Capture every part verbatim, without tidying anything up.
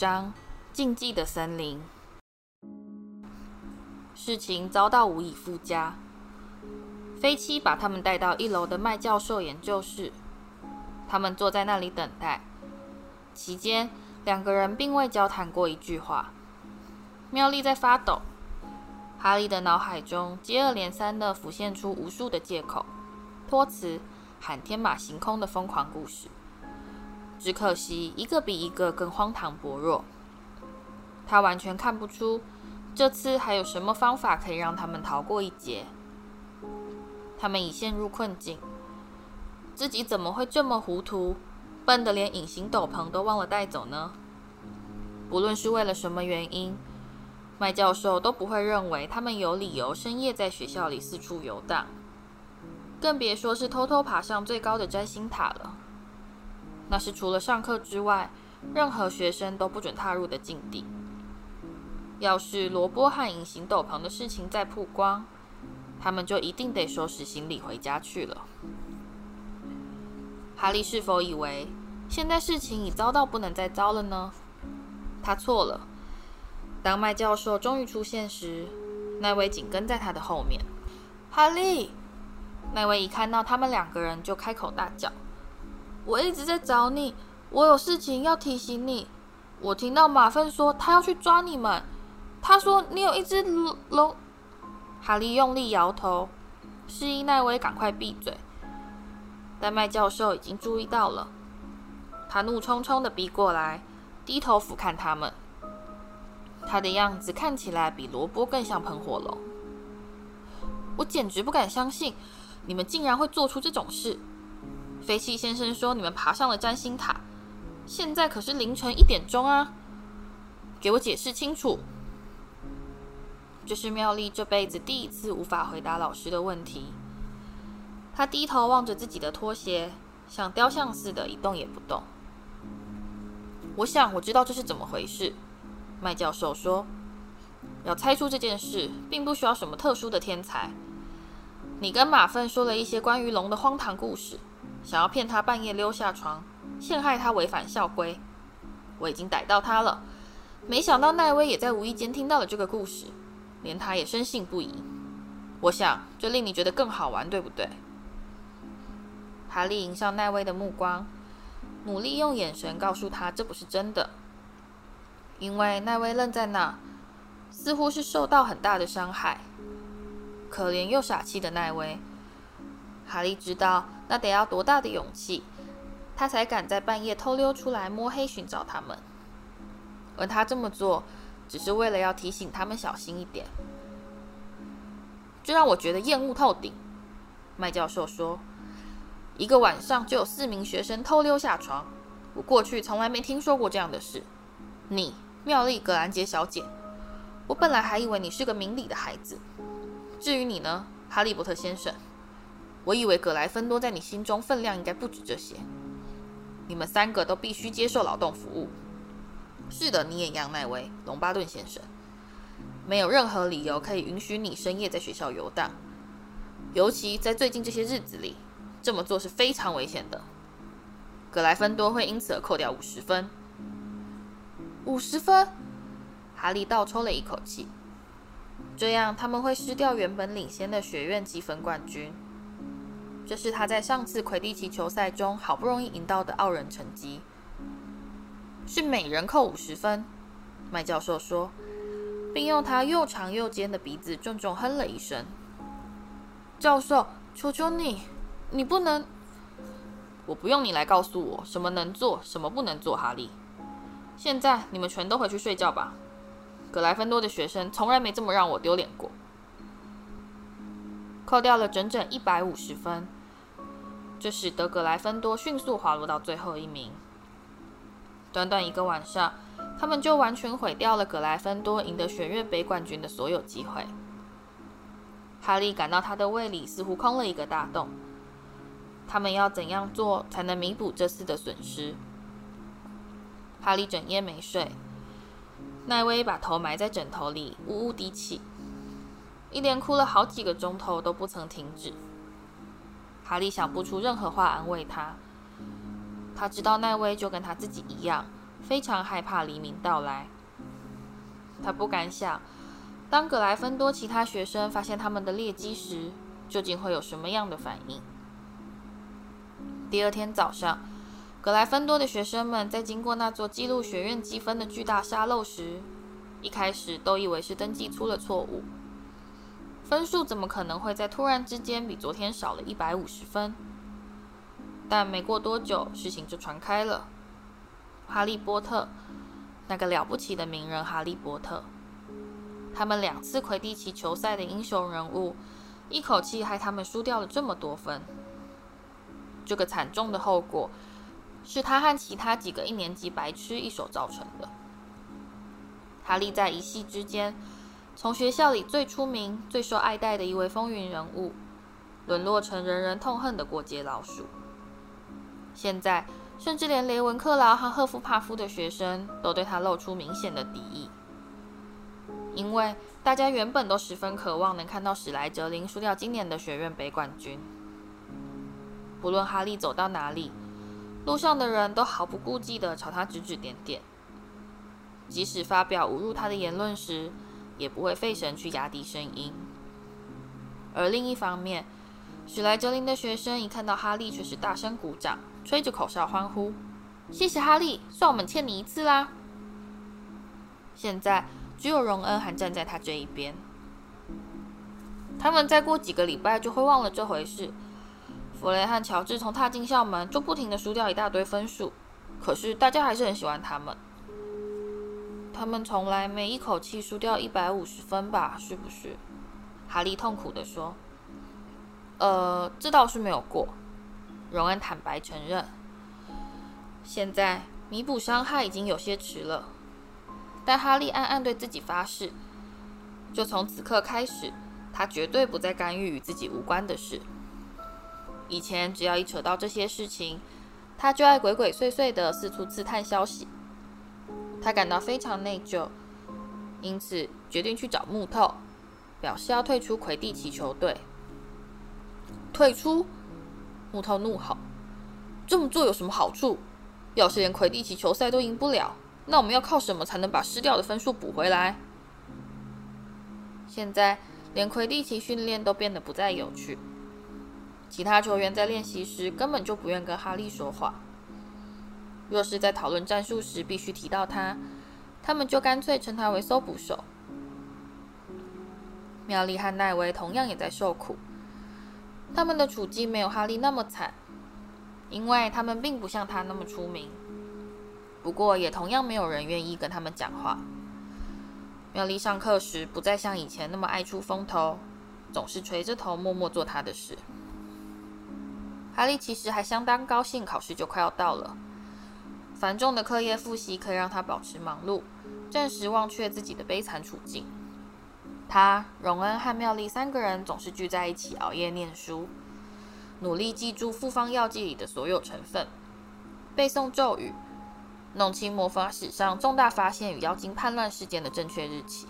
章：禁忌的森林。事情遭到无以复加，飞七把他们带到一楼的麦教授研究室，他们坐在那里等待。期间，两个人并未交谈过一句话。妙丽在发抖，哈利的脑海中接二连三地浮现出无数的借口、托词、喊天马行空的疯狂故事。只可惜，一个比一个更荒唐薄弱。他完全看不出这次还有什么方法可以让他们逃过一劫。他们已陷入困境，自己怎么会这么糊涂，笨得连隐形斗篷都忘了带走呢？不论是为了什么原因，麦教授都不会认为他们有理由深夜在学校里四处游荡，更别说是偷偷爬上最高的占星塔了。那是除了上课之外，任何学生都不准踏入的禁地。要是罗波和隐形斗篷的事情再曝光，他们就一定得收拾行李回家去了。哈利是否以为现在事情已糟到不能再糟了呢？他错了。当麦教授终于出现时，奈威紧跟在他的后面。哈利！奈威一看到他们两个人就开口大叫：我一直在找你，我有事情要提醒你。我听到马粪说他要去抓你们，他说你有一只龙。哈利用力摇头，示意奈威赶快闭嘴。但麦教授已经注意到了，他怒冲冲地逼过来，低头俯瞰他们。他的样子看起来比罗波更像喷火龙。我简直不敢相信，你们竟然会做出这种事。飞气先生说你们爬上了占星塔，现在可是凌晨一点钟啊！给我解释清楚。这是妙丽这辈子第一次无法回答老师的问题。她低头望着自己的拖鞋，像雕像似的一动也不动。我想我知道这是怎么回事，麦教授说。要猜出这件事，并不需要什么特殊的天才。你跟马粪说了一些关于龙的荒唐故事，想要骗他半夜溜下床，陷害他违反校规。我已经逮到他了，没想到奈威也在无意间听到了这个故事，连他也深信不疑。我想这令你觉得更好玩，对不对？哈利迎上奈威的目光，努力用眼神告诉他这不是真的，因为奈威愣在那，似乎是受到很大的伤害。可怜又傻气的奈威，哈利知道那得要多大的勇气，他才敢在半夜偷溜出来摸黑寻找他们。而他这么做，只是为了要提醒他们小心一点。这让我觉得厌恶透顶，麦教授说。一个晚上就有四名学生偷溜下床，我过去从来没听说过这样的事。你，妙丽·葛兰杰小姐，我本来还以为你是个明理的孩子。至于你呢，哈利波特先生，我以为葛莱芬多在你心中分量应该不止这些。你们三个都必须接受劳动服务。是的，你也一样，奈威·隆巴顿先生。没有任何理由可以允许你深夜在学校游荡，尤其在最近这些日子里，这么做是非常危险的。葛莱芬多会因此而扣掉五十分。五十分？哈利倒抽了一口气。这样他们会失掉原本领先的学院积分冠军。这是他在上次魁地奇球赛中好不容易赢到的傲人成绩。是每人扣五十分，麦教授说，并用他又长又尖的鼻子重重哼了一声。教授，求求你，你不能……我不用你来告诉我什么能做，什么不能做，哈利。现在你们全都回去睡觉吧。葛莱芬多的学生从来没这么让我丢脸过。扣掉了整整一百五十分，这使得葛莱芬多迅速滑落到最后一名。短短一个晚上，他们就完全毁掉了葛莱芬多赢得学院杯冠军的所有机会。哈利感到他的胃里似乎空了一个大洞。他们要怎样做才能弥补这次的损失？哈利整夜没睡，奈威把头埋在枕头里，呜呜低泣，一连哭了好几个钟头都不曾停止。哈利想不出任何话安慰他。他知道奈威就跟他自己一样， 非常害怕黎明到来。他不敢想，当格莱芬多其他学生发现他们的劣迹时，究竟会有什么样的反应。第二天早上，格莱芬多的学生们在经过那座记录学院积分的巨大沙漏时，一开始都以为是登记出了错误。分数怎么可能会在突然之间比昨天少了一百五十分？但没过多久，事情就传开了。哈利波特，那个了不起的名人哈利波特，他们两次魁地奇球赛的英雄人物，一口气害他们输掉了这么多分。这个惨重的后果，是他和其他几个一年级白痴一手造成的。哈利在一夕之间，从学校里最出名、最受爱戴的一位风云人物，沦落成人人痛恨的过街老鼠。现在，甚至连雷文克劳和赫夫帕夫的学生都对他露出明显的敌意，因为大家原本都十分渴望能看到史莱哲林输掉今年的学院杯冠军。不论哈利走到哪里，路上的人都毫不顾忌地朝他指指点点，即使发表侮辱他的言论时，也不会费神去压低声音。而另一方面，史莱哲林的学生一看到哈利，却是大声鼓掌，吹着口哨欢呼：“谢谢哈利，算我们欠你一次啦！”现在只有荣恩还站在他这一边。他们再过几个礼拜就会忘了这回事。弗雷和乔治从踏进校门就不停地输掉一大堆分数，可是大家还是很喜欢他们。他们从来没一口气输掉一百五十分吧？是不是？哈利痛苦地说。呃，这倒是没有过。荣恩坦白承认。现在弥补伤害已经有些迟了，但哈利暗暗对自己发誓，就从此刻开始，他绝对不再干预与自己无关的事。以前只要一扯到这些事情，他就爱鬼鬼祟祟的四处刺探消息。他感到非常内疚，因此决定去找木头，表示要退出魁地奇球队。退出？木头怒吼：“这么做有什么好处？要是连魁地奇球赛都赢不了，那我们要靠什么才能把失掉的分数补回来？”现在连魁地奇训练都变得不再有趣。其他球员在练习时根本就不愿跟哈利说话。若是在讨论战术时必须提到他，他们就干脆称他为搜捕手。妙丽和奈维同样也在受苦，他们的处境没有哈利那么惨，因为他们并不像他那么出名。不过也同样没有人愿意跟他们讲话。妙丽上课时不再像以前那么爱出风头，总是垂着头默默做他的事。哈利其实还相当高兴，考试就快要到了。繁重的课业复习可以让他保持忙碌，暂时忘却自己的悲惨处境。他、荣恩和妙丽三个人总是聚在一起熬夜念书，努力记住复方药剂里的所有成分，背诵咒语，弄清魔法史上重大发现与妖精叛乱事件的正确日期。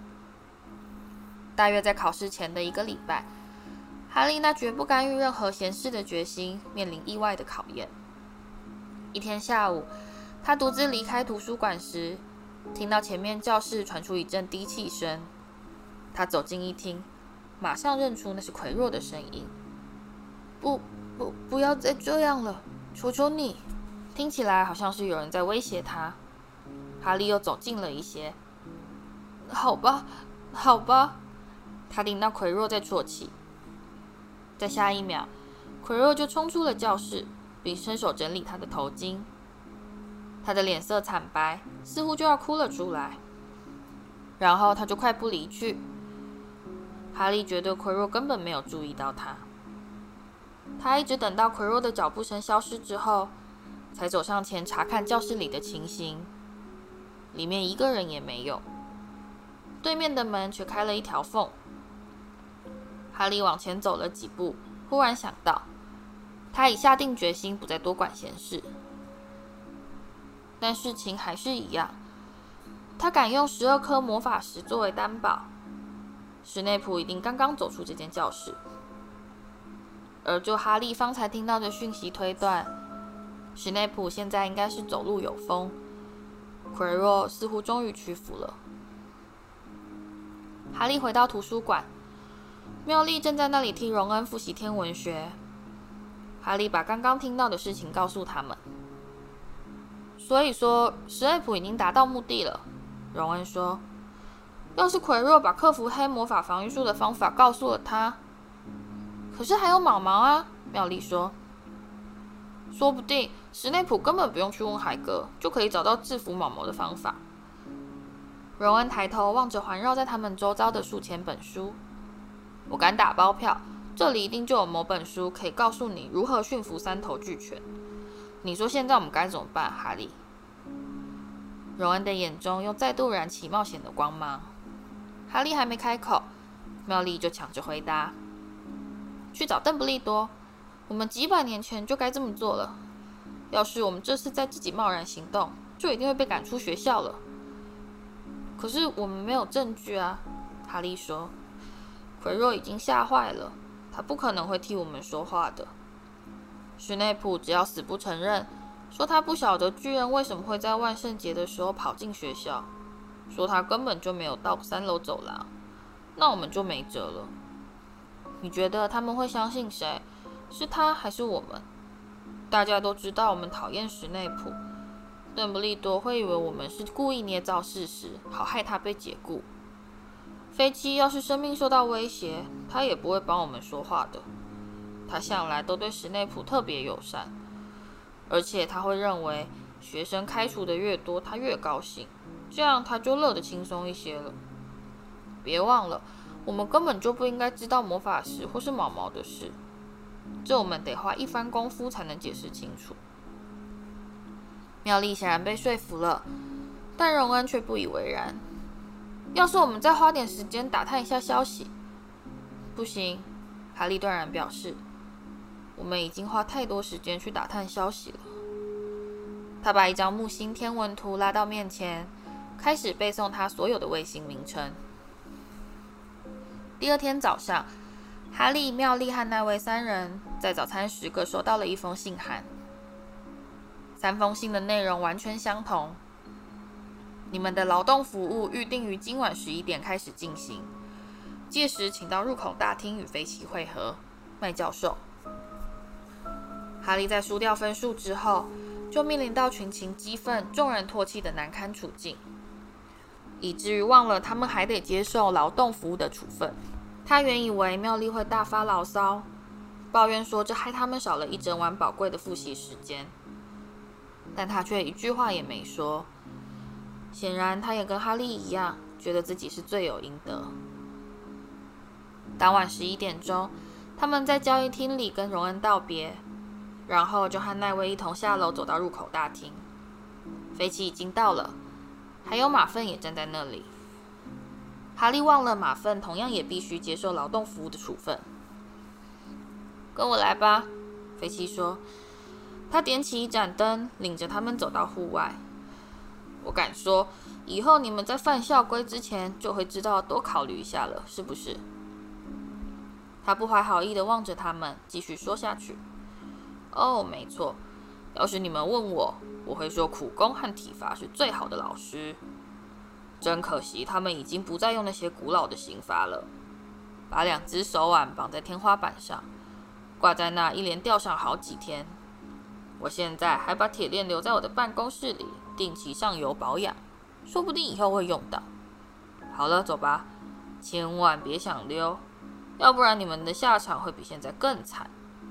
大约在考试前的一个礼拜，哈利那绝不干预任何闲事的决心面临意外的考验。一天下午，他独自离开图书馆时，听到前面教室传出一阵低气声。他走近一听，马上认出那是奎若的声音。不不不要再这样了，求求你！听起来好像是有人在威胁他。哈利又走近了一些。好吧，好吧。他听到奎若在啜泣。在下一秒，奎若就冲出了教室，并伸手整理他的头巾。他的脸色惨白，似乎就要哭了出来。然后他就快步离去。哈利觉得奎若根本没有注意到他。他一直等到奎若的脚步声消失之后，才走上前查看教室里的情形。里面一个人也没有，对面的门却开了一条缝。哈利往前走了几步，忽然想到，他已下定决心不再多管闲事。但事情还是一样，他敢用十二颗魔法石作为担保，史内普一定刚刚走出这间教室。而就哈利方才听到的讯息推断，史内普现在应该是走路有风， 奎若似乎终于屈服了。哈利回到图书馆，妙丽正在那里替荣恩复习天文学。哈利把刚刚听到的事情告诉他们。所以说，史内普已经达到目的了，荣恩说。要是奎若把克服黑魔法防御术的方法告诉了他，可是还有毛毛啊，妙丽说。说不定史内普根本不用去问海格，就可以找到制服毛毛的方法。荣恩抬头望着环绕在他们周遭的数千本书，我敢打包票，这里一定就有某本书可以告诉你如何驯服三头巨犬。你说现在我们该怎么办，哈利？荣恩的眼中又再度燃起冒险的光芒。哈利还没开口，妙丽就抢着回答：“去找邓布利多，我们几百年前就该这么做了。要是我们这次再自己贸然行动，就一定会被赶出学校了。可是我们没有证据啊。”哈利说：“奎若已经吓坏了，他不可能会替我们说话的。史内普只要死不承认，说他不晓得巨人为什么会在万圣节的时候跑进学校，说他根本就没有到三楼走廊，那我们就没辙了。你觉得他们会相信谁？是他还是我们？大家都知道我们讨厌史内普，邓布利多会以为我们是故意捏造事实，好害他被解雇。飞机要是生命受到威胁，他也不会帮我们说话的。他向来都对史内普特别友善，而且他会认为学生开除的越多，他越高兴，这样他就乐得轻松一些了。别忘了，我们根本就不应该知道魔法石或是毛毛的事，这我们得花一番功夫才能解释清楚。妙丽显然被说服了，但荣恩却不以为然。要是我们再花点时间打探一下消息，不行，哈利断然表示，我们已经花太多时间去打探消息了。他把一张木星天文图拉到面前，开始背诵他所有的卫星名称。第二天早上，哈利、妙丽和奈威三人在早餐时各收到了一封信函。三封信的内容完全相同。你们的劳动服务预定于今晚十一点开始进行，届时请到入口大厅与飞奇会合。麦教授。哈利在输掉分数之后，就面临到群情激愤、众人唾弃的难堪处境，以至于忘了他们还得接受劳动服务的处分。他原以为妙丽会大发牢骚，抱怨说这害他们少了一整晚宝贵的复习时间，但他却一句话也没说。显然他也跟哈利一样，觉得自己是罪有应得。当晚十一点钟，他们在交易厅里跟荣恩道别，然后就和奈威一同下楼走到入口大厅。飞机已经到了，还有马粪也站在那里。哈利忘了马粪同样也必须接受劳动服务的处分。跟我来吧，飞机说。他点起一盏灯，领着他们走到户外。我敢说，以后你们在犯校规之前就会知道多考虑一下了，是不是？他不怀好意地望着他们，继续说下去。哦，没错，要是你们问我，我会说苦功和体罚是最好的老师。真可惜，他们已经不再用那些古老的刑罚了。把两只手腕绑在天花板上，挂在那一连吊上好几天。我现在还把铁链留在我的办公室里，定期上油保养，说不定以后会用到。好了，走吧，千万别想溜，要不然你们的下场会比现在更惨。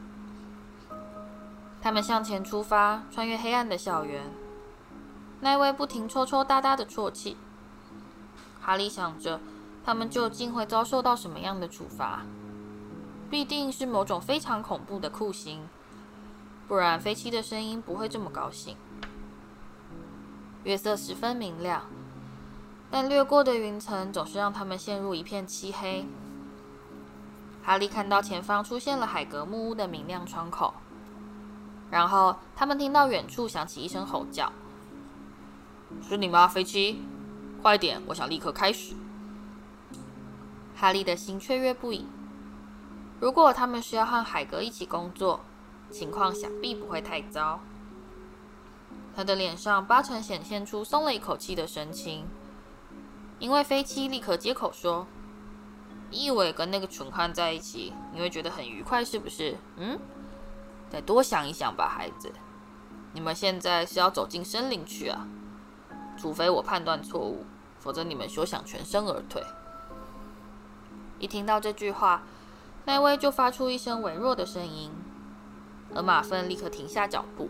他们向前出发，穿越黑暗的校园。奈威不停抽抽搭搭的啜泣。哈利想着，他们究竟会遭受到什么样的处罚？必定是某种非常恐怖的酷刑，不然飞机的声音不会这么高兴。月色十分明亮，但掠过的云层总是让他们陷入一片漆黑。哈利看到前方出现了海格木屋的明亮窗口，然后他们听到远处响起一声吼叫：“是你吗，飞机？快点，我想立刻开始。”哈利的心雀跃不已。如果他们是要和海格一起工作，情况想必不会太糟。 他的脸上八成显现出松了一口气的神情，因为飞七立刻接口说：“你以为跟那个蠢汉在一起，你会觉得很愉快是不是？嗯，再多想一想吧，孩子。你们现在是要走进森林去啊？除非我判断错误，否则你们休想全身而退。”一听到这句话，奈威就发出一声微弱的声音，而马粪立刻停下脚步。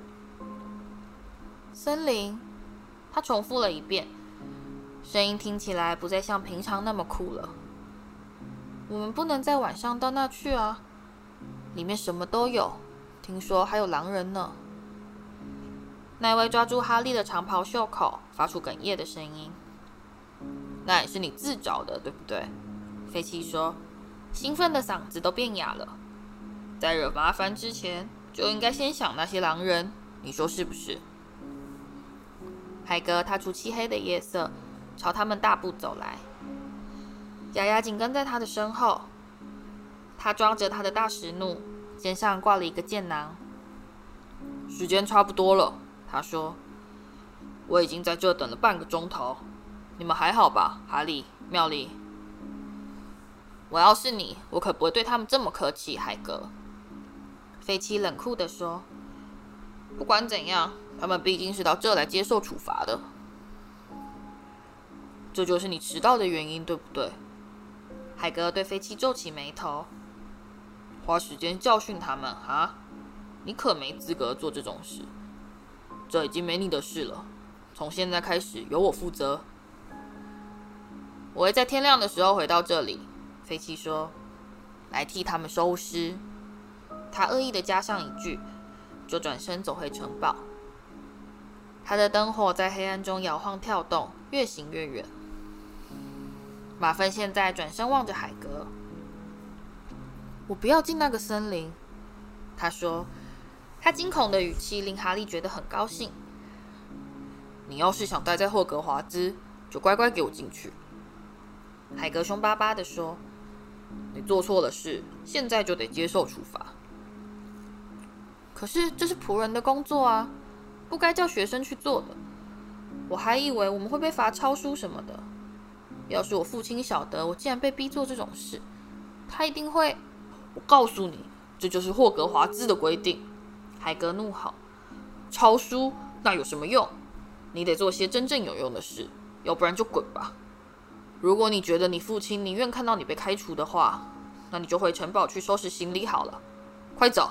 森林，他重复了一遍，声音听起来不再像平常那么酷了。我们不能在晚上到那去啊，里面什么都有，听说还有狼人呢。奈威抓住哈利的长袍袖口，发出哽咽的声音：“那也是你自找的，对不对？”飞七说，兴奋的嗓子都变哑了。在惹麻烦之前，就应该先想那些狼人，你说是不是？海格踏出漆黑的夜色，朝他们大步走来。雅雅紧跟在他的身后，他装着他的大石弩，肩上挂了一个箭囊。时间差不多了，他说：“我已经在这等了半个钟头，你们还好吧？哈利、妙丽。”我要是你，我可不会对他们这么客气，海格。飞七冷酷地说：“不管怎样，他们毕竟是到这来接受处罚的。这就是你迟到的原因，对不对？”海格对飞七皱起眉头：“花时间教训他们啊？你可没资格做这种事。这已经没你的事了，从现在开始由我负责。我会在天亮的时候回到这里。”飞七说，来替他们收尸。他恶意地加上一句，就转身走回城堡。他的灯火在黑暗中摇晃跳动，越行越远。马粪现在转身望着海格：“我不要进那个森林。”他说，他惊恐的语气令哈利觉得很高兴。“你要是想待在霍格华兹，就乖乖给我进去。”海格凶巴巴地说，“你做错了事，现在就得接受处罚。”“可是这是仆人的工作啊，不该叫学生去做的。我还以为我们会被罚抄书什么的。要是我父亲晓得我竟然被逼做这种事，他一定会……我告诉你，这就是霍格华兹的规定。”海格怒吼，“抄书那有什么用？你得做些真正有用的事，要不然就滚吧。如果你觉得你父亲宁愿看到你被开除的话，那你就回城堡去收拾行李好了。快走！”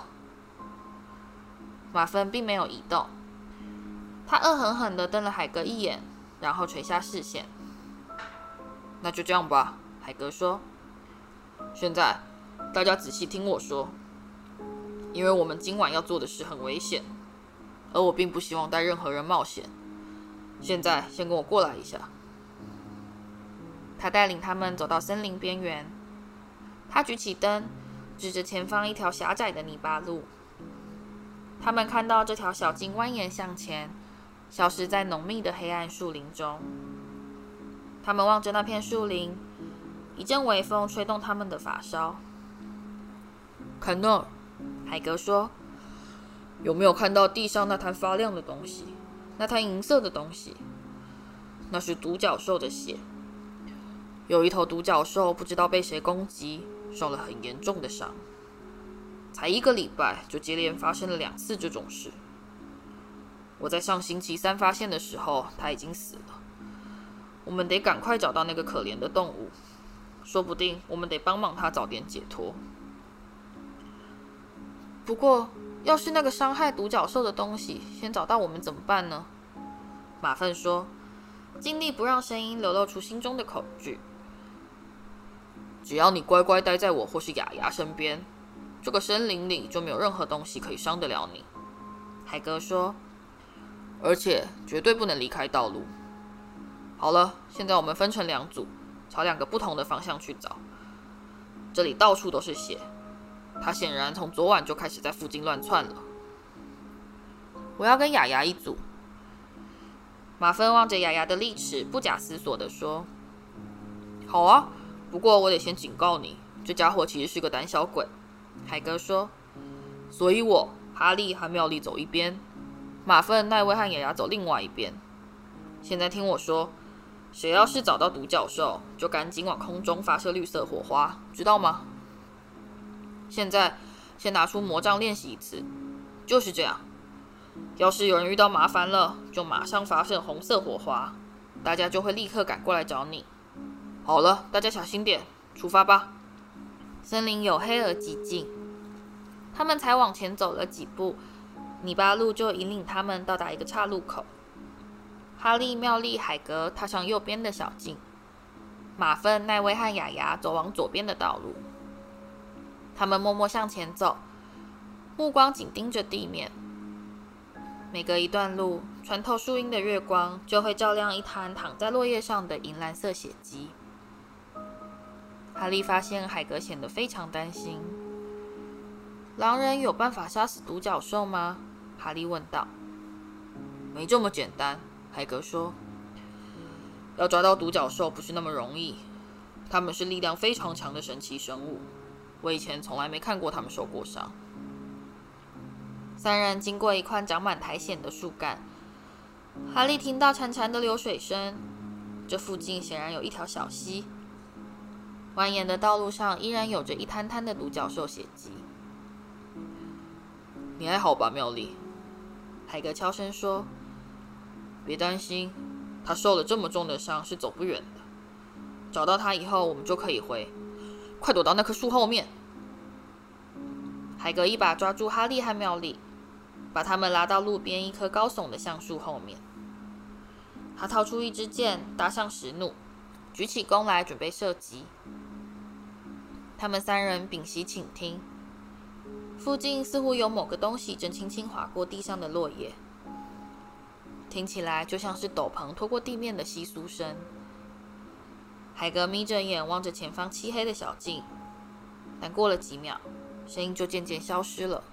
马粪并没有移动，他恶狠狠地瞪了海格一眼，然后垂下视线。“那就这样吧。”海格说，“现在大家仔细听我说，因为我们今晚要做的事很危险，而我并不希望带任何人冒险。现在先跟我过来一下。”他带领他们走到森林边缘，他举起灯，指着前方一条狭窄的泥巴路。他们看到这条小径蜿蜒向前，消失在浓密的黑暗树林中。他们望着那片树林，一阵微风吹动他们的发梢。“看那儿！”海格说，“有没有看到地上那滩发亮的东西？那滩银色的东西？那是独角兽的血。有一头独角兽不知道被谁攻击，受了很严重的伤。才一个礼拜，就接连发生了两次这种事。我在上星期三发现的时候，它已经死了。我们得赶快找到那个可怜的动物，说不定我们得帮忙它早点解脱。不过，要是那个伤害独角兽的东西先找到我们怎么办呢？”马粪说，尽力不让声音流露出心中的恐惧。“只要你乖乖待在我或是雅雅身边，这个森林里就没有任何东西可以伤得了你。”海格说，“而且绝对不能离开道路。好了，现在我们分成两组，朝两个不同的方向去找。这里到处都是血，他显然从昨晚就开始在附近乱窜了。我要跟雅雅一组。”马粪望着雅雅的利齿，不假思索地说：“好啊，不过我得先警告你，这家伙其实是个胆小鬼。”海格说，“所以我、哈利和妙丽走一边， 马粪、奈威和雅雅走另外一边。现在听我说，谁要是找到独角兽，就赶紧往空中发射绿色火花，知道吗？现在先拿出魔杖练习一次，就是这样。要是有人遇到麻烦了，就马上发射红色火花，大家就会立刻赶过来找你。好了，大家小心点，出发吧。森林黝黑而寂静，他们才往前走了几步，泥巴路就引领他们到达一个岔路口。哈利、妙丽、海格踏上右边的小径，马粪、奈威和雅雅走往左边的道路。他们默默向前走，目光紧盯着地面。每隔一段路，穿透树荫的月光就会照亮一滩躺在落叶上的银蓝色血迹。哈利发现海格显得非常担心。狼人有办法杀死独角兽吗？哈利问道。没这么简单，海格说。要抓到独角兽不是那么容易，它们是力量非常强的神奇生物，我以前从来没看过它们受过伤。三人经过一块长满苔藓的树干，哈利听到潺潺的流水声。这附近显然有一条小溪，蜿蜒的道路上依然有着一滩滩的独角兽血迹。你还好吧，妙丽？海格悄声说。别担心，他受了这么重的伤是走不远的。找到他以后，我们就可以回。快躲到那棵树后面！海格一把抓住哈利和妙丽，把他们拉到路边一棵高耸的橡树后面。他掏出一支箭，搭上石弩，举起弓来准备射击。他们三人屏息倾听，附近似乎有某个东西正轻轻划过地上的落叶，听起来就像是斗篷拖过地面的窸窣声。海格眯着眼望着前方漆黑的小径，但过了几秒，声音就渐渐消失了。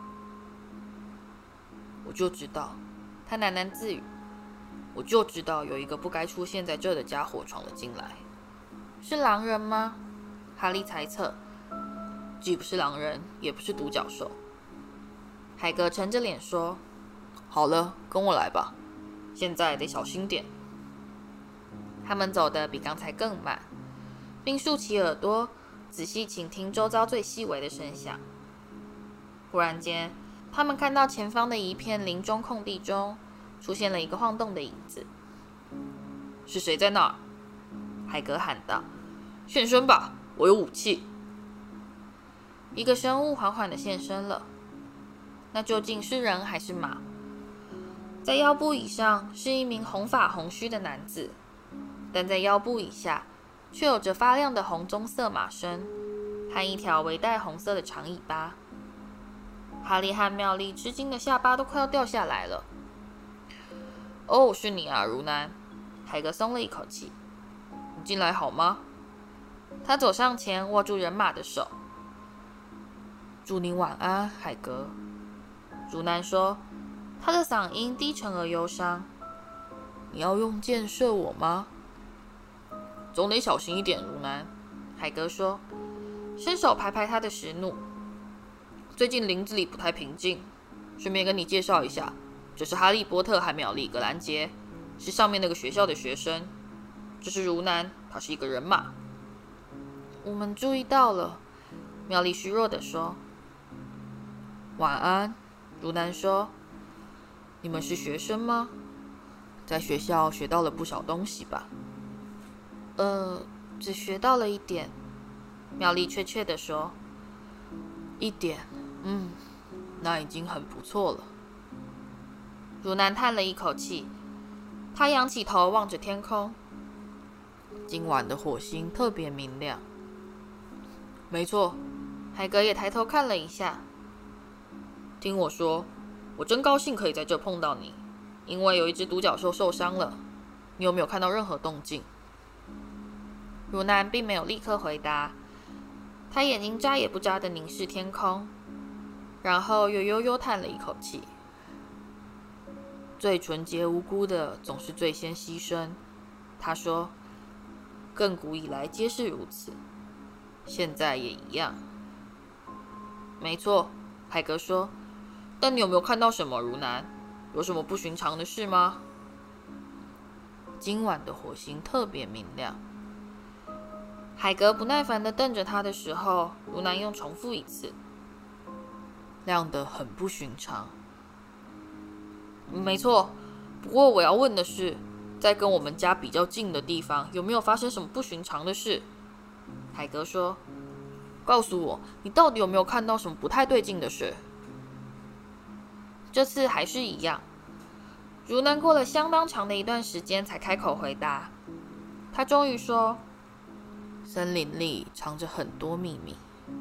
我就知道，他喃喃自语，我就知道有一个不该出现在这的家伙闯了进来。是狼人吗？哈利猜测。既不是狼人，也不是独角兽。海格沉着脸说：好了，跟我来吧，现在得小心点。他们走得比刚才更慢，并竖起耳朵，仔细倾听周遭最细微的声响。忽然间，他们看到前方的一片林中空地中出现了一个晃动的影子。是谁在那儿？海格喊道：现身吧，我有武器。一个生物缓缓地现身了。那究竟是人还是马？在腰部以上是一名红发红须的男子，但在腰部以下却有着发亮的红棕色马身和一条微带红色的长尾巴。哈利和妙丽吃惊的下巴都快要掉下来了。哦，是你啊，如南。海格松了一口气。你进来好吗？他走上前握住人马的手。祝你晚安，海格。如南说，他的嗓音低沉而忧伤。你要用箭射我吗？总得小心一点，如南。海格说，伸手拍拍他的石弩。最近林子里不太平静，顺便跟你介绍一下，这是哈利波特和妙丽格兰杰，是上面那个学校的学生。这是如南，他是一个人马。我们注意到了，妙丽虚弱地说。晚安，如南说。你们是学生吗？在学校学到了不少东西吧？呃，只学到了一点，妙丽确切地说。一点，嗯，那已经很不错了。如南叹了一口气，他仰起头望着天空。今晚的火星特别明亮。没错，海格也抬头看了一下。听我说，我真高兴可以在这碰到你，因为有一只独角兽受伤了。你有没有看到任何动静？如南并没有立刻回答，他眼睛眨也不眨地凝视天空，然后又悠悠叹了一口气。最纯洁无辜的总是最先牺牲，他说，亘古以来皆是如此，现在也一样。没错，海格说。但你有没有看到什么，如南？ 有什么不寻常的事吗？今晚的火星特别明亮。海格不耐烦地瞪着他的时候，卢南又重复一次：亮得很不寻常。没错，不过我要问的是，在跟我们家比较近的地方，有没有发生什么不寻常的事？海格说：告诉我，你到底有没有看到什么不太对劲的事？这次还是一样。如南过了相当长的一段时间才开口回答。他终于说：森林里藏着很多秘密。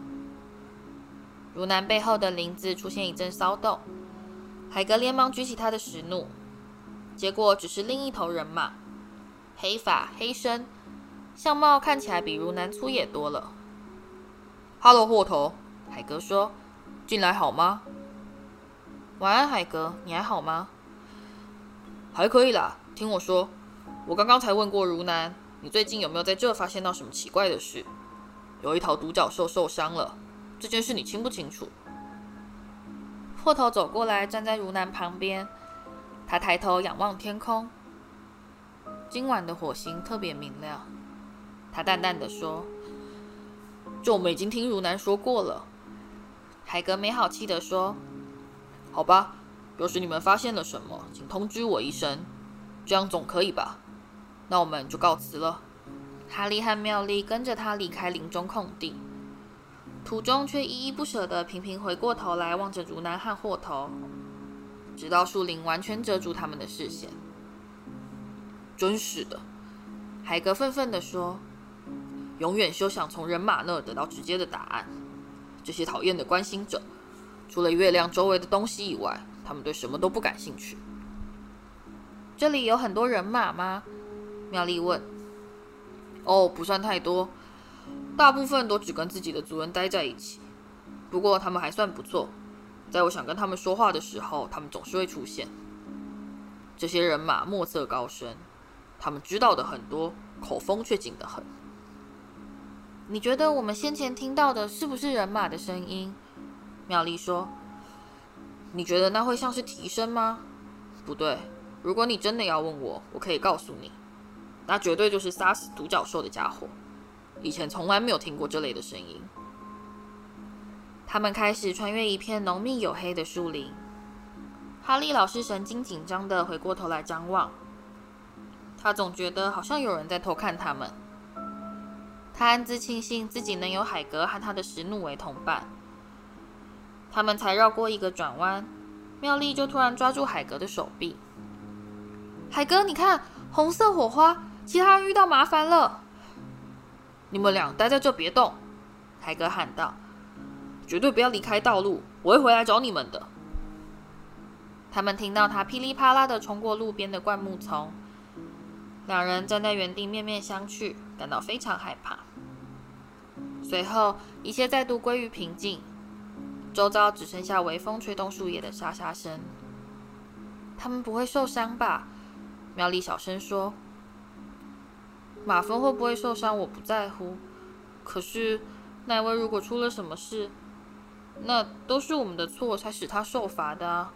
如南背后的林子出现一阵骚动，海格连忙举起他的石弩，结果只是另一头人马，黑发黑身，相貌看起来比如南粗野多了。哈喽，霍头，海格说：进来好吗？晚安，海格，你还好吗？还可以啦，听我说，我刚刚才问过如南，你最近有没有在这发现到什么奇怪的事？有一头独角兽受伤了，这件事你清不清楚？霍头走过来，站在如南旁边，他抬头仰望天空。今晚的火星特别明亮，他淡淡的说：这我们已经听如南说过了。海格没好气的说：好吧，要是你们发现了什么，请通知我一声，这样总可以吧？那我们就告辞了。哈利和妙丽跟着他离开林中空地，途中却依依不舍地频频回过头来望着如南和霍头，直到树林完全遮住他们的视线。真是的，海格愤愤地说，永远休想从人马那儿得到直接的答案。这些讨厌的关心者，除了月亮周围的东西以外，他们对什么都不感兴趣。这里有很多人马吗？妙丽问。哦，不算太多，大部分都只跟自己的族人待在一起。不过他们还算不错，在我想跟他们说话的时候，他们总是会出现。这些人马墨色高深，他们知道的很多，口风却紧得很。你觉得我们先前听到的是不是人马的声音？妙丽说。你觉得那会像是啼声吗？不对，如果你真的要问我，我可以告诉你，那绝对就是杀死独角兽的家伙。以前从来没有听过这类的声音。他们开始穿越一片浓密黝黑的树林。哈利老师神经紧张地回过头来张望，他总觉得好像有人在偷看他们。他暗自庆幸自己能有海格和他的石弩为同伴。他们才绕过一个转弯，妙丽就突然抓住海格的手臂。海格，你看，红色火花，其他人遇到麻烦了。你们俩待在这别动，海格喊道，绝对不要离开道路，我会回来找你们的。他们听到他噼里啪啦地冲过路边的灌木丛，两人站在原地面面相觑，感到非常害怕。随后，一切再度归于平静，周遭只剩下微风吹动树叶的沙沙声。他们不会受伤吧？妙丽小声说。马芬会不会受伤我不在乎，可是奈威如果出了什么事，那都是我们的错才使他受罚的啊。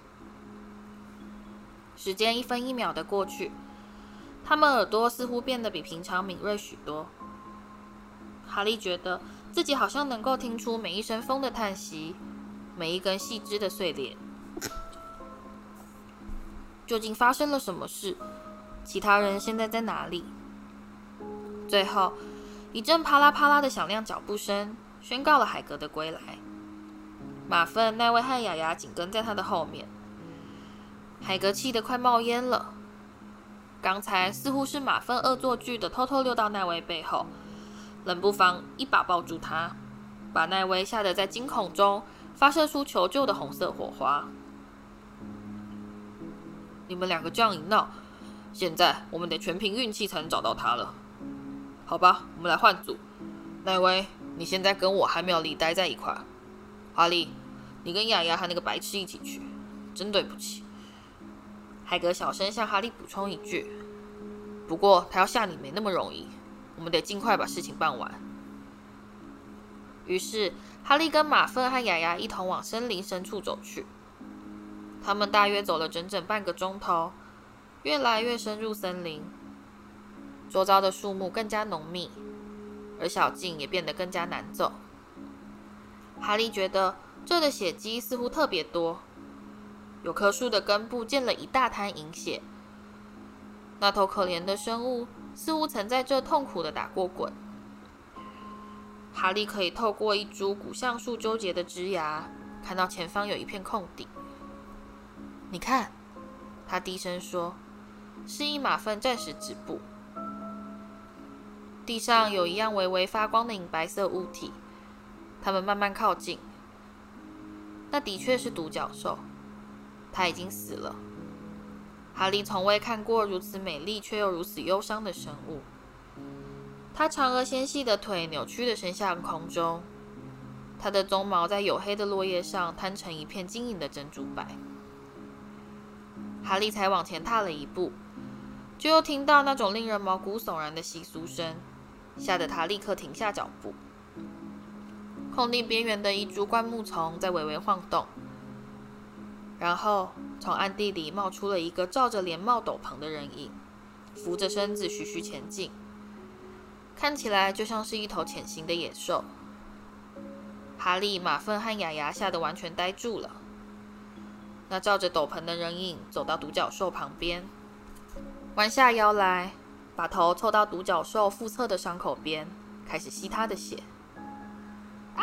时间一分一秒的过去，他们耳朵似乎变得比平常敏锐许多。哈利觉得自己好像能够听出每一声风的叹息，每一根细枝的碎裂。究竟发生了什么事？其他人现在在哪里？最后，一阵啪啦啪啦的响亮脚步声宣告了海格的归来。马粪、奈威和雅雅紧跟在他的后面。海格气得快冒烟了。刚才似乎是马粪恶作剧的偷偷溜到奈威背后，冷不防一把抱住他，把奈威吓得在惊恐中发射出求救的红色火花。你们两个这样一闹，现在我们得全凭运气才能找到他了。好吧，我们来换组。奈威，你现在跟我和妙丽待在一块儿。哈利，你跟雅雅和那个白痴一起去。真对不起。海格小声向哈利补充一句，不过他要吓你没那么容易，我们得尽快把事情办完。于是，哈利跟马粪和雅雅一同往森林深处走去。 他们大约走了整整半个钟头，越来越深入森林。周遭的树木更加浓密，而小径也变得更加难走。哈利觉得这的血迹似乎特别多，有棵树的根部溅了一大滩银血。那头可怜的生物似乎曾在这痛苦地打过滚。哈利可以透过一株古橡树纠结的枝芽，看到前方有一片空地。你看，他低声说，示意马粪暂时止步。地上有一样微微发光的银白色物体，它们慢慢靠近。那的确是独角兽，它已经死了。哈利从未看过如此美丽却又如此忧伤的生物。它长而纤细的腿扭曲地升向空中，它的鬃毛在黝黑的落叶上摊成一片晶莹的珍珠白。哈利才往前踏了一步，就又听到那种令人毛骨悚然的窸窣声，吓得他立刻停下脚步。空地边缘的一株灌木丛在微微晃动，然后从暗地里冒出了一个罩着连帽斗篷的人影，扶着身子徐徐前进，看起来就像是一头潜行的野兽。哈利、马粪和雅雅吓得完全呆住了。那罩着斗篷的人影走到独角兽旁边，弯下腰来，把头凑到独角兽腹侧的伤口边，开始吸它的血。啊！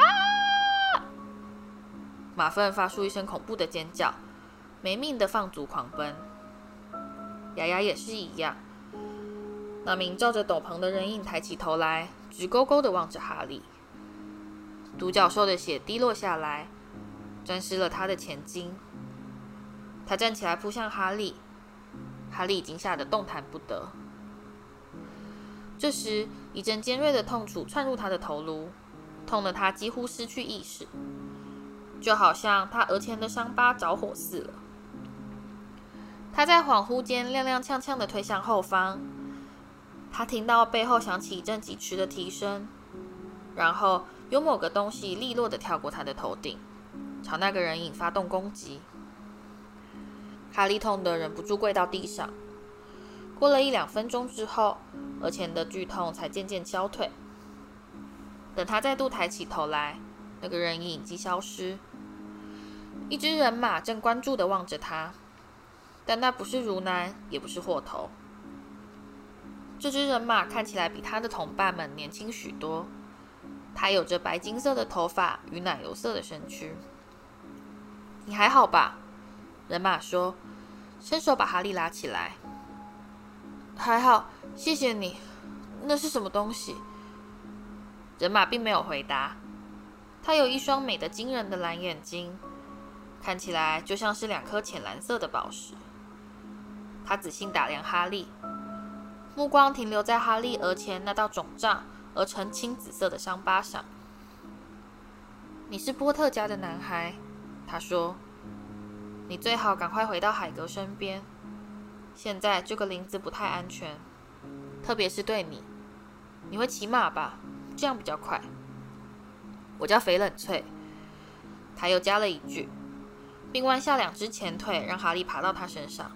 马粪发出一声恐怖的尖叫，没命地放足狂奔。雅雅也是一样。那名罩着斗篷的人影抬起头来，直勾勾地望着哈利。独角兽的血滴落下来，沾湿了他的前襟。他站起来扑向哈利，哈利已经吓得动弹不得。这时，一阵尖锐的痛楚窜入他的头颅，痛得他几乎失去意识，就好像他额前的伤疤着火似了。他在恍惚间踉踉跄跄地推向后方，他听到背后响起一阵疾驰的啼声，然后有某个东西利落地跳过他的头顶，朝那个人影发动攻击。哈利痛得忍不住跪到地上。过了一两分钟之后，额前的剧痛才渐渐消退。等他再度抬起头来，那个人影已经消失。一只人马正关注地望着他，但那不是如南，也不是霍头。这只人马看起来比他的同伴们年轻许多，他有着白金色的头发与奶油色的身躯。你还好吧？人马说，伸手把哈利拉起来。还好，谢谢你。那是什么东西？人马并没有回答。他有一双美得惊人的蓝眼睛，看起来就像是两颗浅蓝色的宝石。他仔细打量哈利，目光停留在哈利额前那道肿胀而呈青紫色的伤疤上。你是波特家的男孩，他说。你最好赶快回到海格身边，现在这个林子不太安全，特别是对你。你会骑马吧？这样比较快。我叫翡冷翠。他又加了一句，并弯下两只前腿，让哈利爬到他身上。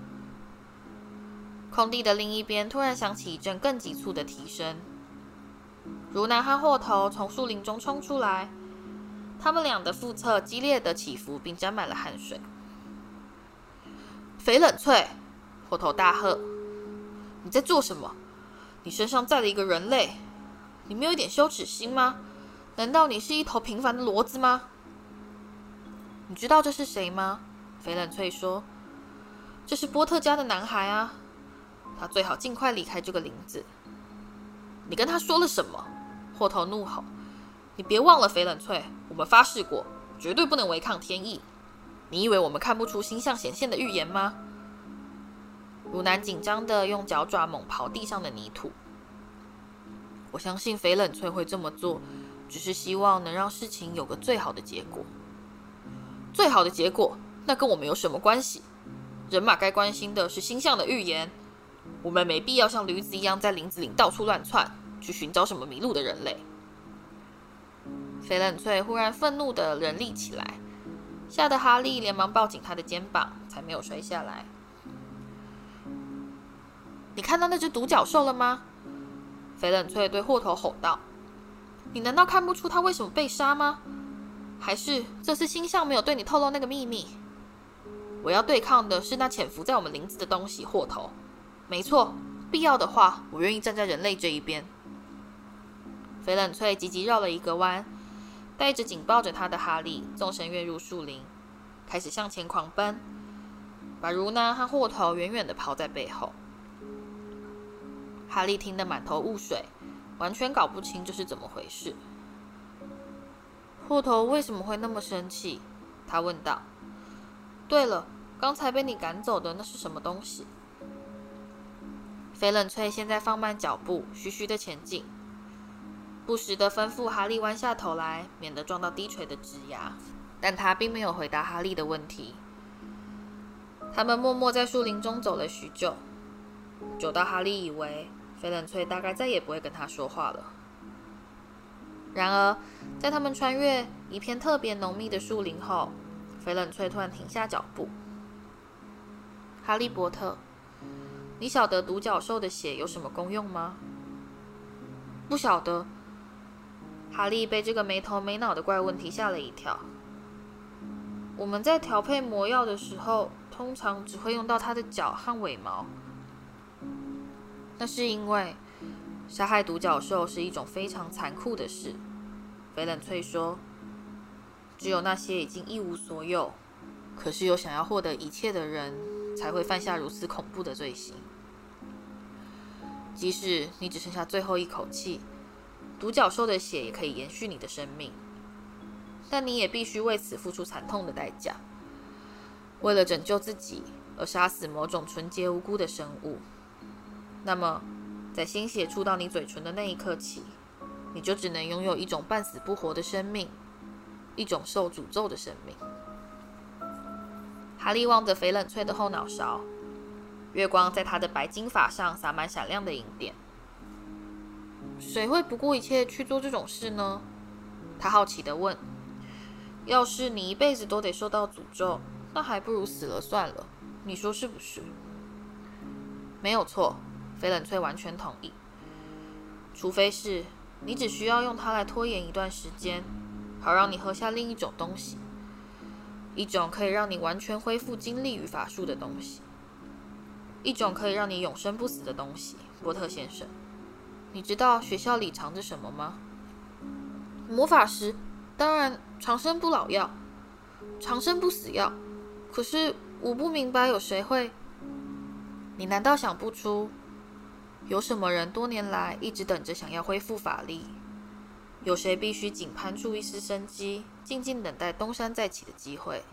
空地的另一边突然响起一阵更急促的啼声，如南和霍头从树林中冲出来，他们俩的腹侧激烈的起伏，并沾满了汗水。翡冷翠，霍头大喝：“你在做什么？你身上载了一个人类，你没有一点羞耻心吗？难道你是一头平凡的骡子吗？”你知道这是谁吗？翡冷翠说：“这是波特家的男孩啊，他最好尽快离开这个林子。”你跟他说了什么？霍头怒吼：“你别忘了，翡冷翠，我们发誓过，绝对不能违抗天意。你以为我们看不出星象显现的预言吗？”鲁南紧张地用脚爪猛刨地上的泥土。我相信翡冷翠会这么做，只是希望能让事情有个最好的结果。最好的结果？那跟我们有什么关系？人马该关心的是星象的预言。我们没必要像驴子一样在林子里到处乱窜，去寻找什么迷路的人类。翡冷翠忽然愤怒地人立起来， 吓得哈利连忙抱紧他的肩膀，才没有摔下来。你看到那只独角兽了吗？翡冷翠对霍头吼道。你难道看不出他为什么被杀吗？还是这次星象没有对你透露那个秘密？我要对抗的是那潜伏在我们林子的东西，霍头。没错，必要的话，我愿意站在人类这一边。翡冷翠急急绕了一个弯，带着紧抱着他的哈利纵身跃入树林，开始向前狂奔，把如娜和霍头远远地抛在背后。哈利听得满头雾水，完全搞不清这是怎么回事。霍头为什么会那么生气？他问道。对了，刚才被你赶走的那是什么东西？翡冷翠现在放慢脚步，徐徐地前进，不时地吩咐哈利弯下头来，免得撞到低垂的枝芽。但他并没有回答哈利的问题。他们默默在树林中走了许久，久到哈利以为翡冷翠大概再也不会跟他说话了。然而，在他们穿越一片特别浓密的树林后，翡冷翠突然停下脚步。哈利波特，你晓得独角兽的血有什么功用吗？不晓得。哈利被这个没头没脑的怪问题吓了一跳。我们在调配魔药的时候，通常只会用到它的脚和尾毛。那是因为杀害独角兽是一种非常残酷的事，翡冷翠说。只有那些已经一无所有，可是又想要获得一切的人，才会犯下如此恐怖的罪行。即使你只剩下最后一口气，独角兽的血也可以延续你的生命，但你也必须为此付出惨痛的代价。为了拯救自己而杀死某种纯洁无辜的生物，那么在鲜血触到你嘴唇的那一刻起，你就只能拥有一种半死不活的生命，一种受诅咒的生命。哈利望着翡冷翠的后脑勺，月光在他的白金发上洒满闪亮的银点。谁会不顾一切去做这种事呢？他好奇地问。要是你一辈子都得受到诅咒，那还不如死了算了，你说是不是？没有错，翡冷翠完全同意。除非是你只需要用它来拖延一段时间，好让你喝下另一种东西，一种可以让你完全恢复精力与法术的东西，一种可以让你永生不死的东西，波特先生。你知道学校里藏着什么吗？魔法石，当然长生不老药，长生不死药。可是我不明白有谁会……你难道想不出，有什么人多年来一直等着想要恢复法力？有谁必须仅攀出一丝生机，静静等待东山再起的机会？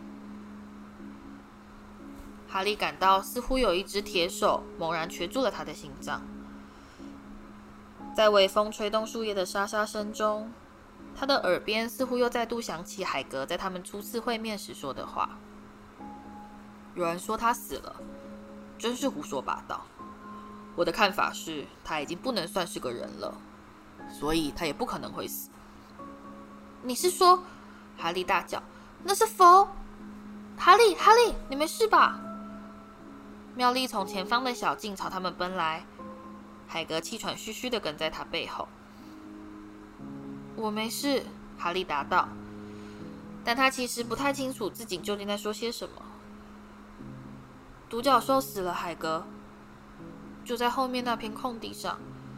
哈利感到似乎有一只铁手猛然攫住了他的心脏。在微风吹动树叶的沙沙声中，他的耳边似乎又再度响起海格在他们初次会面时说的话。有人说他死了，真是胡说八道。我的看法是，他已经不能算是个人了，所以他也不可能会死。你是说？哈利大叫，那是否？哈利，哈利，你没事吧？妙丽从前方的小径朝他们奔来，海格气喘吁吁地跟在他背后。我没事，哈利答道，但他其实不太清楚自己究竟在说些什么。独角兽死了，海格，就在后面那片空地上。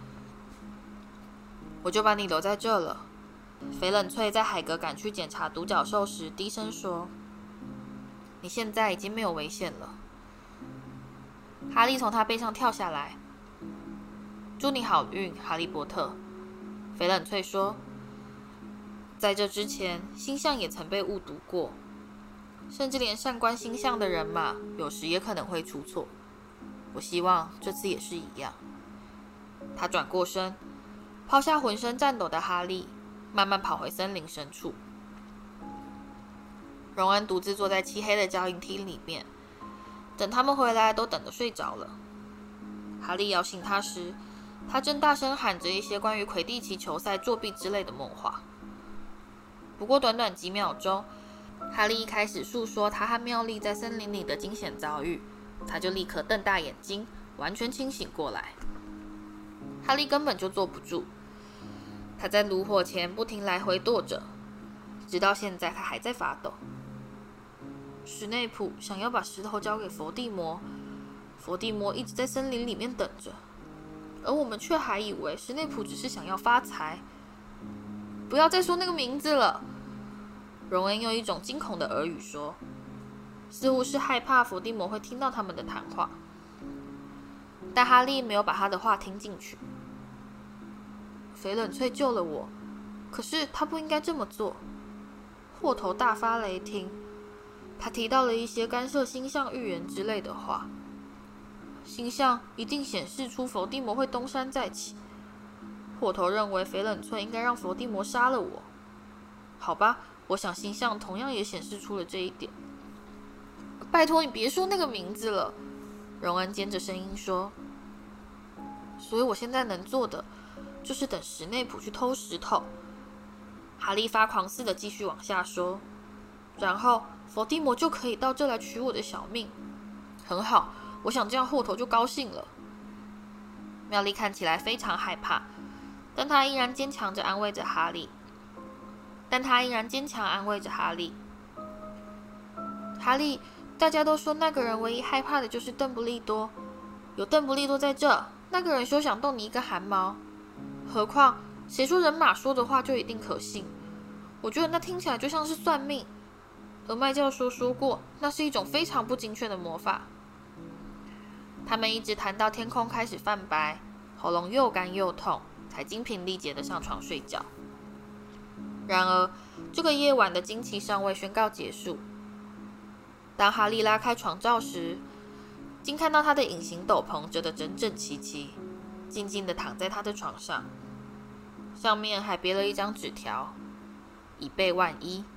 我就把你留在这了。翡冷翠在海格赶去检查独角兽时低声说，你现在已经没有危险了。哈利从他背上跳下来。祝你好运，哈利波特。翡冷翠说，在这之前，星象也曾被误读过，甚至连善观星象的人马有时也可能会出错。我希望这次也是一样。他转过身，抛下浑身颤抖的哈利，慢慢跑回森林深处。荣恩独自坐在漆黑的交谊厅里面，等他们回来都等得睡着了。哈利摇醒他时，他正大声喊着一些关于魁地奇球赛作弊之类的梦话。不过短短几秒钟， 哈利一开始诉说他和妙丽在森林里的惊险遭遇，他就立刻瞪大眼睛，完全清醒过来。哈利根本就坐不住，他在炉火前不停来回跺着，直到现在他还在发抖。史内普想要把石头交给伏地魔，伏地魔一直在森林里面等着，而我们却还以为史内普只是想要发财。不要再说那个名字了，荣恩用一种惊恐的耳语说，似乎是害怕伏地魔会听到他们的谈话。但哈利没有把他的话听进去。翡冷翠救了我，可是他不应该这么做。霍头大发雷霆，他提到了一些干涉星象预言之类的话。星象一定显示出伏地魔会东山再起。霍头认为翡冷翠应该让伏地魔杀了我。好吧，我想星象同样也显示出了这一点。拜托你别说那个名字了，荣恩尖着声音说。所以我现在能做的就是等史内普去偷石头。哈利发狂似的继续往下说，然后伏地魔就可以到这来取我的小命。很好，我想这样霍头就高兴了。妙丽看起来非常害怕，但她依然坚强着安慰着哈利。但她依然坚强安慰着哈利。哈利，大家都说那个人唯一害怕的就是邓布利多。有邓布利多在这，那个人休想动你一根汗毛。何况，谁说人马说的话就一定可信？我觉得那听起来就像是算命。而麦教授说过，那是一种非常不精确的魔法。他们一直谈到天空开始泛白，喉咙又干又痛，才精疲力竭地上床睡觉。然而，这个夜晚的惊奇尚未宣告结束。当哈利拉开床罩时，竟看到他的隐形斗篷折得整整齐齐，静静地躺在他的床上，上面还别了一张纸条，以备万一。